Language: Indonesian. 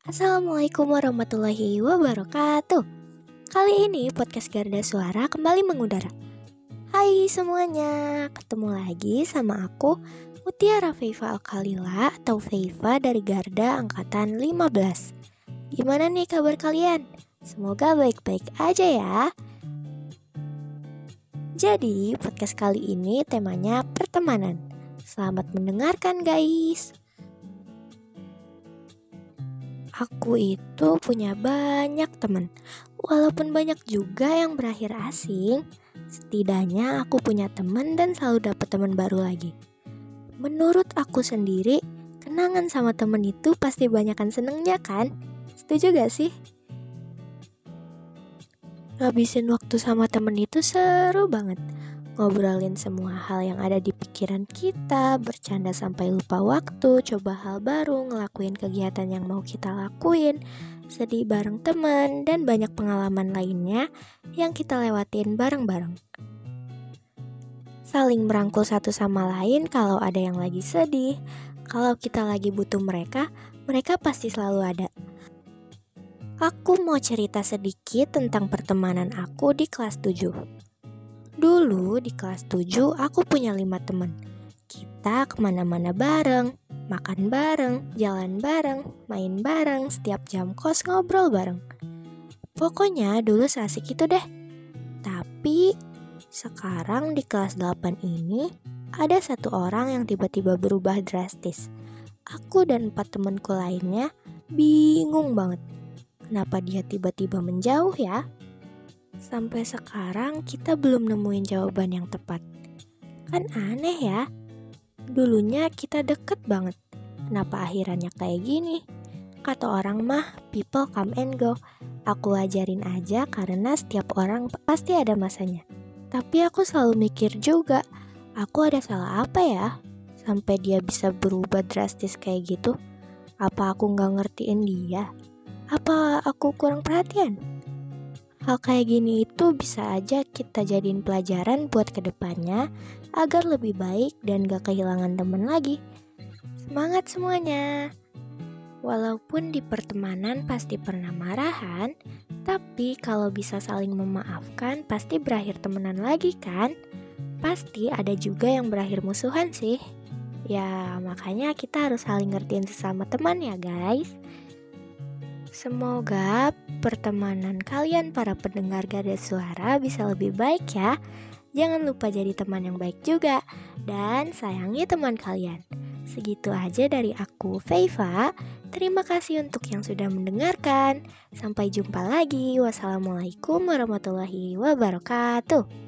Assalamualaikum warahmatullahi wabarakatuh. Kali ini podcast Garda Suara kembali mengudara. Hai semuanya, ketemu lagi sama aku Mutiara Feifa Al-Khalila atau Feifa dari Garda Angkatan 15. Gimana nih kabar kalian? Semoga baik-baik aja ya. Jadi podcast kali ini temanya pertemanan. Selamat mendengarkan guys. Aku itu punya banyak teman. Walaupun banyak juga yang berakhir asing, setidaknya aku punya teman dan selalu dapat teman baru lagi. Menurut aku sendiri, kenangan sama teman itu pasti banyakan senengnya kan? Setuju gak sih? Ngabisin waktu sama temen itu seru banget. Ngobrolin semua hal yang ada di pikiran kita, bercanda sampai lupa waktu, coba hal baru, ngelakuin kegiatan yang mau kita lakuin, sedih bareng teman, dan banyak pengalaman lainnya yang kita lewatin bareng-bareng. Saling merangkul satu sama lain kalau ada yang lagi sedih. Kalau kita lagi butuh mereka, mereka pasti selalu ada. Aku mau cerita sedikit tentang pertemanan aku di kelas 7. Dulu di kelas 7 aku punya 5 teman. Kita kemana-mana bareng, makan bareng, jalan bareng, main bareng, setiap jam kos ngobrol bareng. Pokoknya dulu seasik itu deh. Tapi sekarang di kelas 8 ini ada satu orang yang tiba-tiba berubah drastis. Aku dan 4 temanku lainnya bingung banget. Kenapa dia tiba-tiba menjauh ya? Sampai sekarang kita belum nemuin jawaban yang tepat. Kan aneh ya. Dulunya kita deket banget. Kenapa akhirannya kayak gini? Kata orang mah, people come and go. Aku ajarin aja karena setiap orang pasti ada masanya. Tapi aku selalu mikir juga, aku ada salah apa ya? Sampai dia bisa berubah drastis kayak gitu. Apa aku gak ngertiin dia? Apa aku kurang perhatian? Hal kayak gini itu bisa aja kita jadiin pelajaran buat kedepannya agar lebih baik dan gak kehilangan teman lagi. Semangat semuanya! Walaupun di pertemanan pasti pernah marahan, tapi kalau bisa saling memaafkan pasti berakhir temenan lagi kan? Pasti ada juga yang berakhir musuhan sih. Ya makanya kita harus saling ngertiin sesama teman ya guys. Semoga pertemanan kalian para pendengar Garda Suara bisa lebih baik ya. Jangan lupa jadi teman yang baik juga. Dan sayangi teman kalian. Segitu aja dari aku, Feifa. Terima kasih untuk yang sudah mendengarkan. Sampai jumpa lagi. Wassalamualaikum warahmatullahi wabarakatuh.